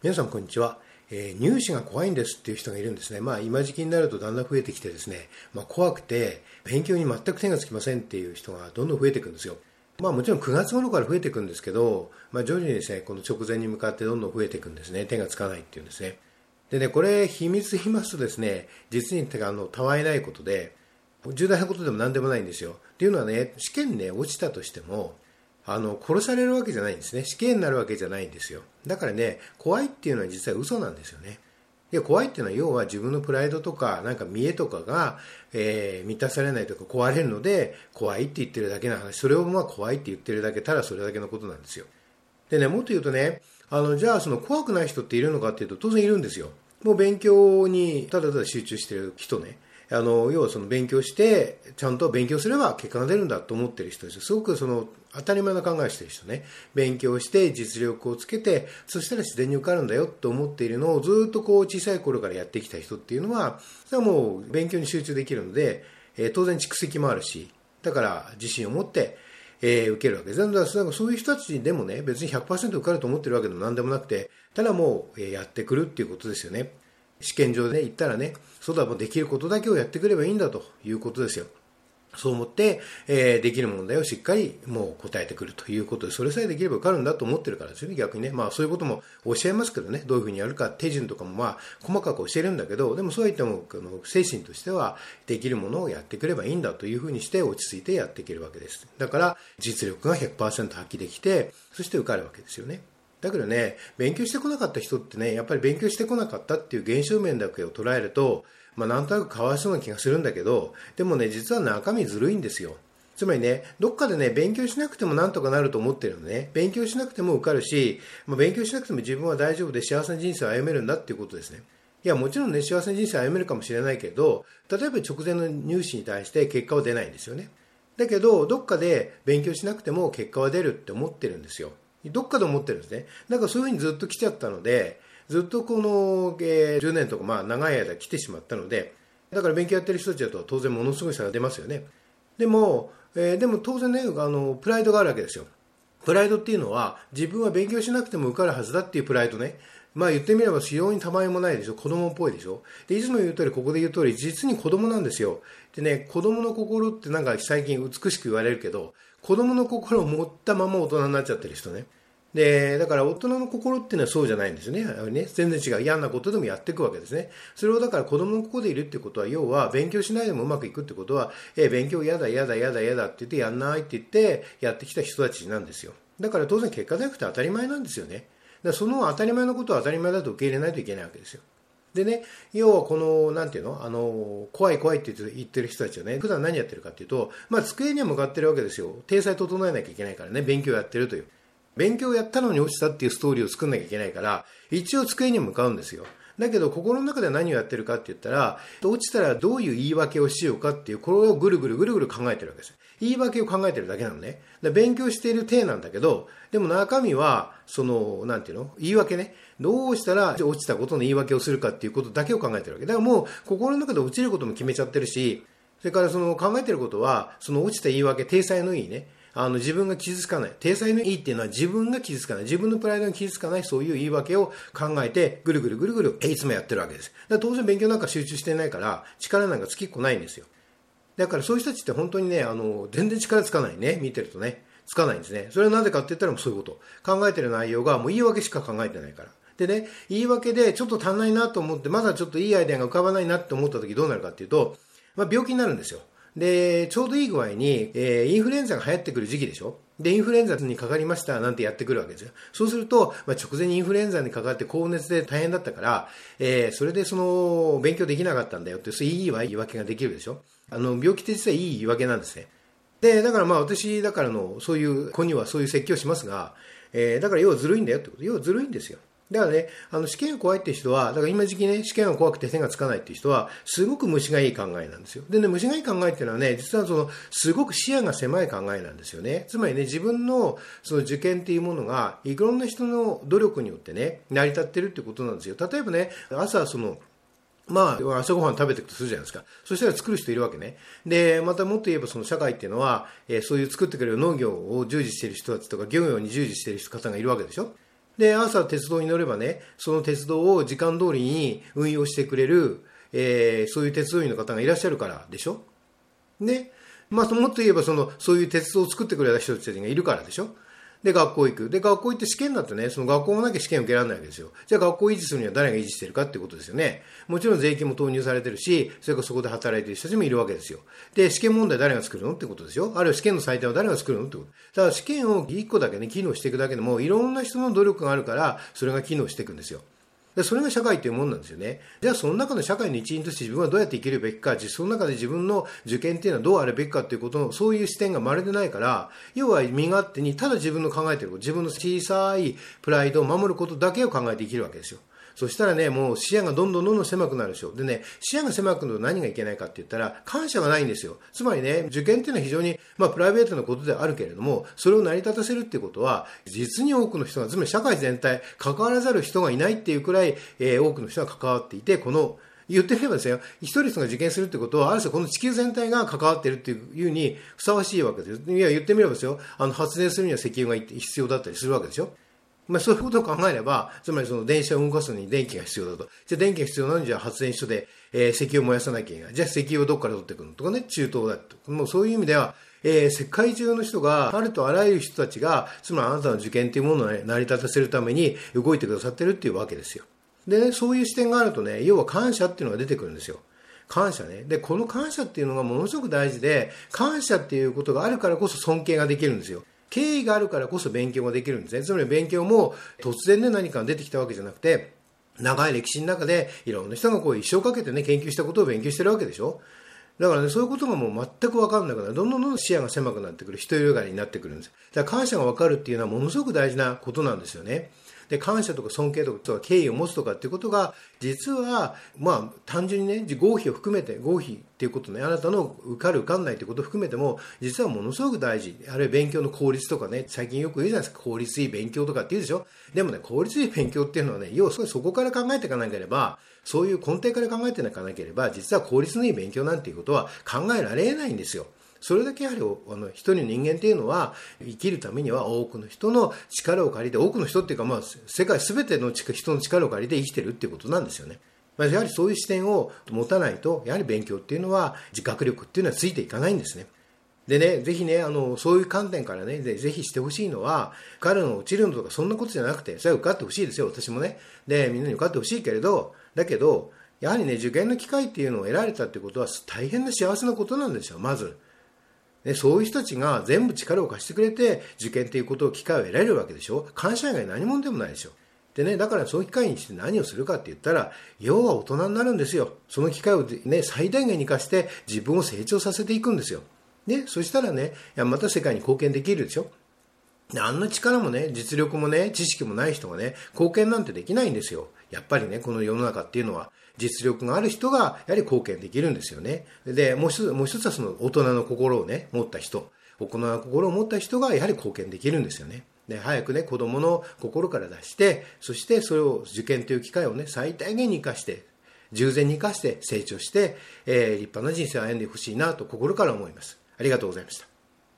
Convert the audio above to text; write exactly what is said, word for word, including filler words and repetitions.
皆さんこんにちは、えー、入試が怖いんですっていう人がいるんですね。まあ今時期になるとだんだん増えてきてですね、まあ、怖くて勉強に全く手がつきませんっていう人がどんどん増えていくんですよ。まあもちろんくがつ頃から増えていくんですけど、まあ徐々にですね、この直前に向かってどんどん増えていくんですね。手がつかないっていうんですね。でね、これ秘密言いますとですね、実に手があのたわいないことで、重大なことでも何でもないんですよ。っていうのはね、試験ね、落ちたとしても、あの殺されるわけじゃないんですね。死刑になるわけじゃないんですよ。だからね、怖いっていうのは実は嘘なんですよね。で、怖いっていうのは要は自分のプライドとかなんか見栄とかが、えー満たされないとか壊れるので怖いって言ってるだけの話。それをまあ怖いって言ってるだけ、ただそれだけのことなんですよ。でね、もっと言うとね、あのじゃあその怖くない人っているのかっていうと当然いるんですよ。もう勉強にただただ集中してる人ね。あの要はその勉強してちゃんと勉強すれば結果が出るんだと思ってる人です。すごくその当たり前な考えをしてる人ね。勉強して実力をつけて、そしたら自然に受かるんだよと思っているのをずっとこう小さい頃からやってきた人っていうのは、それはもう勉強に集中できるので、えー当然蓄積もあるし、だから自信を持ってえー受けるわけです。だからそういう人たちでもね、別に ひゃくパーセント 受かると思ってるわけでも何でもなくて、ただもうえーやってくるっていうことですよね。試験場で、ね、行ったらね、そうだ、もうできることだけをやってくればいいんだということですよ。そう思って、えーできる問題をしっかりもう答えてくるということで、それさえできれば受かるんだと思ってるからですよね、逆にね。まあそういうことも教えますけどね、どういうふうにやるか、手順とかもまあ細かく教えるんだけど、でもそういったもあの精神としては、できるものをやってくればいいんだというふうにして落ち着いてやっていけるわけです。だから実力が ひゃくパーセント 発揮できて、そして受かるわけですよね。だけどね、勉強してこなかった人ってね、やっぱり勉強してこなかったっていう現象面だけを捉えると、まあなんとなくかわいそうな気がするんだけど、でもね、実は中身ずるいんですよ。つまりね、どっかでね、勉強しなくてもなんとかなると思ってるのね。勉強しなくても受かるし、まあ、勉強しなくても自分は大丈夫で幸せな人生を歩めるんだっていうことですね。いや、もちろんね、幸せな人生を歩めるかもしれないけど、例えば直前の入試に対して結果は出ないんですよね。だけど、どっかで勉強しなくても結果は出るって思ってるんですよ。どっかで思ってるんですね。だからそういうふうにずっと来ちゃったので、ずっとこの、えーじゅうねんとか、まあ長い間来てしまったので、だから勉強やってる人たちだと当然ものすごい差が出ますよね。でも、えーでも当然ね、あの、プライドがあるわけですよ。プライドっていうのは、自分は勉強しなくても受かるはずだっていうプライドね。まあ言ってみれば非常にたまえもないでしょ。子供っぽいでしょ。で、いつも言う通り、ここで言う通り、実に子供なんですよ。でね、子供の心ってなんか最近美しく言われるけど、子供の心を持ったまま大人になっちゃってる人ね。で、だから大人の心っていうのはそうじゃないんですよね。ね、全然違う。嫌なことでもやっていくわけですね。それをだから子供の心でいるってことは、要は勉強しないでもうまくいくってことは、え勉強嫌だ嫌だ嫌だ嫌だって言ってやんないって言ってやってきた人たちなんですよ。だから当然結果じゃなくて当たり前なんですよね。だからその当たり前のことを当たり前だと受け入れないといけないわけですよ。でね、要はこの、なんていうのあの、怖い怖いって言ってる人たちはね、普段何やってるかっていうと、まあ机には向かってるわけですよ。体裁整えなきゃいけないからね、勉強やってるという。勉強やったのに落ちたっていうストーリーを作んなきゃいけないから、一応机に向かうんですよ。だけど心の中では何をやってるかって言ったら、落ちたらどういう言い訳をしようかっていう、これをぐるぐるぐるぐる考えてるわけです。言い訳を考えてるだけなのね。だから勉強している体なんだけど、でも中身は、その、なんていうの言い訳ね。どうしたら落ちたことの言い訳をするかっていうことだけを考えてるわけ。だからもう心の中で落ちることも決めちゃってるし、それからその考えてることは、その落ちた言い訳、体裁のいいね。あの自分が傷つかない。体裁のいいっていうのは自分が傷つかない。自分のプライドが傷つかない、そういう言い訳を考えて、ぐるぐるぐるぐる、いつもやってるわけです。だから当然勉強なんか集中してないから、力なんかつきっこないんですよ。だからそういう人たちって本当にね、あの、全然力つかないね。見てるとね。つかないんですね。それはなぜかって言ったらそういうこと。考えてる内容がもう言い訳しか考えてないから。でね、言い訳でちょっと足んないなと思って、まだちょっといいアイデアが浮かばないなって思った時どうなるかっていうと、まあ病気になるんですよ。で、ちょうどいい具合に、えー、インフルエンザが流行ってくる時期でしょ。で、インフルエンザにかかりましたなんてやってくるわけですよ。そうすると、まあ、直前にインフルエンザにかかって高熱で大変だったから、えー、それでその、勉強できなかったんだよって、そういういい言い訳ができるでしょ。あの、病気って実はいい言い訳なんですね。で、だからまあ私だからの、そういう子にはそういう説教しますが、えー、だから要はずるいんだよってこと。要はずるいんですよ。だからね、あの試験が怖いって人は、だから今時期ね、試験が怖くて手がつかないっていう人は、すごく虫がいい考えなんですよ。でね、虫がいい考えっていうのはね、実はその、すごく視野が狭い考えなんですよね。つまりね、自分のその受験っていうものが、いろんな人の努力によってね、成り立ってるってことなんですよ。例えばね、朝その、まあ、朝ごはん食べていくとするじゃないですか。そしたら作る人いるわけね。で、またもっと言えばその社会っていうのは、えー、そういう作ってくれる農業を従事している人たちとか、漁業に従事している方がいるわけでしょ。 で、朝鉄道に乗ればね、その鉄道を時間通りに運用してくれる、えー、そういう鉄道員の方がいらっしゃるからでしょ。で、まあ、もっと言えばその、そういう鉄道を作ってくれた人たちがいるからでしょ。で、学校行く。で、学校行って試験だってね、その学校もなきゃ試験受けられないわけですよ。じゃあ学校を維持するには誰が維持してるかっていうことですよね。もちろん税金も投入されてるし、それからそこで働いてる人たちもいるわけですよ。で、試験問題誰が作るのってことですよ。あるいは試験の採点は誰が作るのってこと。ただ試験をいっこだけね、機能していくだけでも、いろんな人の努力があるから、それが機能していくんですよ。でそれが社会というもんなんですよね。じゃあその中の社会の一員として自分はどうやって生きるべきか、その中で自分の受験っていうのはどうあるべきかということの、そういう視点がまるでないから、要は身勝手にただ自分の考えていること、自分の小さいプライドを守ることだけを考えて生きるわけですよ。そしたらね、もう視野がどんどんどんどん狭くなるでしょ。でね、視野が狭くなると何がいけないかって言ったら、感謝がないんですよ。つまりね、受験っていうのは非常に、まあ、プライベートなことであるけれども、それを成り立たせるっていうことは、実に多くの人が、つまり社会全体、関わらざる人がいないっていうくらい、えー、多くの人が関わっていて、この、言ってみればですよ、一人の人が受験するってことは、ある種この地球全体が関わっているっていうにふさわしいわけです。いや、言ってみればですよ、あの、発電するには石油が必要だったりするわけでしょ。まあ、そういうことを考えれば、つまりその電車を動かすのに電気が必要だと。じゃあ電気が必要なのに、じゃあ発電所で、えー、石油を燃やさなきゃいけない。じゃあ石油をどこから取ってくるのとかね、中東だと。もうそういう意味では、えー、世界中の人が、あるとあらゆる人たちが、つまりあなたの受験というものを、ね、成り立たせるために動いてくださってるっていうわけですよ。でね、そういう視点があるとね、要は感謝っていうのが出てくるんですよ。感謝ね。で、この感謝っていうのがものすごく大事で、感謝っていうことがあるからこそ尊敬ができるんですよ。敬意があるからこそ勉強ができるんですね。つまり勉強も突然で何かが出てきたわけじゃなくて、長い歴史の中でいろんな人がこう一生かけてね、研究したことを勉強してるわけでしょ。だからね、そういうことがもう全く分かんなくなる。どんどんどんどん視野が狭くなってくる。独りよがりになってくるんです。だから感謝が分かるっていうのはものすごく大事なことなんですよね。で、感謝とか尊敬とか敬意を持つとかっていうことが、実は、まあ、単純にね、合否を含めて、合否っていうことね、あなたの受かる受かんないっていうことを含めても、実はものすごく大事。あるいは勉強の効率とかね、最近よく言うじゃないですか、効率いい勉強とかって言うでしょ。でもね、効率いい勉強っていうのはね、要はそこから考えていかなければ、そういう根底から考えていかなければ、実は効率のいい勉強なんていうことは考えられないんですよ。それだけやはりあの一人の人間っていうのは生きるためには多くの人の力を借りて、多くの人っていうか、まあ、世界全ての人の力を借りて生きてるっていうことなんですよね。まあ、やはりそういう視点を持たないと、やはり勉強っていうのは自覚力っていうのはついていかないんですね。でね、ぜひね、あの、そういう観点からね、ぜひしてほしいのは、受かるの落ちるのとかそんなことじゃなくて、それは受かってほしいですよ、私もね。で、みんなに受かってほしいけれど、だけど、やはりね、受験の機会っていうのを得られたってことは大変な幸せなことなんですよ、まず。でそういう人たちが全部力を貸してくれて受験ということを機会を得られるわけでしょ。感謝以外何者でもないでしょ。でね、だからそういう機会にして何をするかって言ったら、要は大人になるんですよ。その機会をね、最大限に生かして自分を成長させていくんですよ。で、そしたらね、いやまた世界に貢献できるでしょ。あんな力もね、実力もね、知識もない人がね、貢献なんてできないんですよ。やっぱりね、この世の中っていうのは、実力がある人が、やはり貢献できるんですよね。で、もう一つ、もう一つはその大人の心をね、持った人、大人の心を持った人が、やはり貢献できるんですよね。で、早くね、子供の心から出して、そしてそれを受験という機会をね、最大限に生かして、従前に生かして成長して、えー、立派な人生を歩んでほしいなと心から思います。ありがとうございました。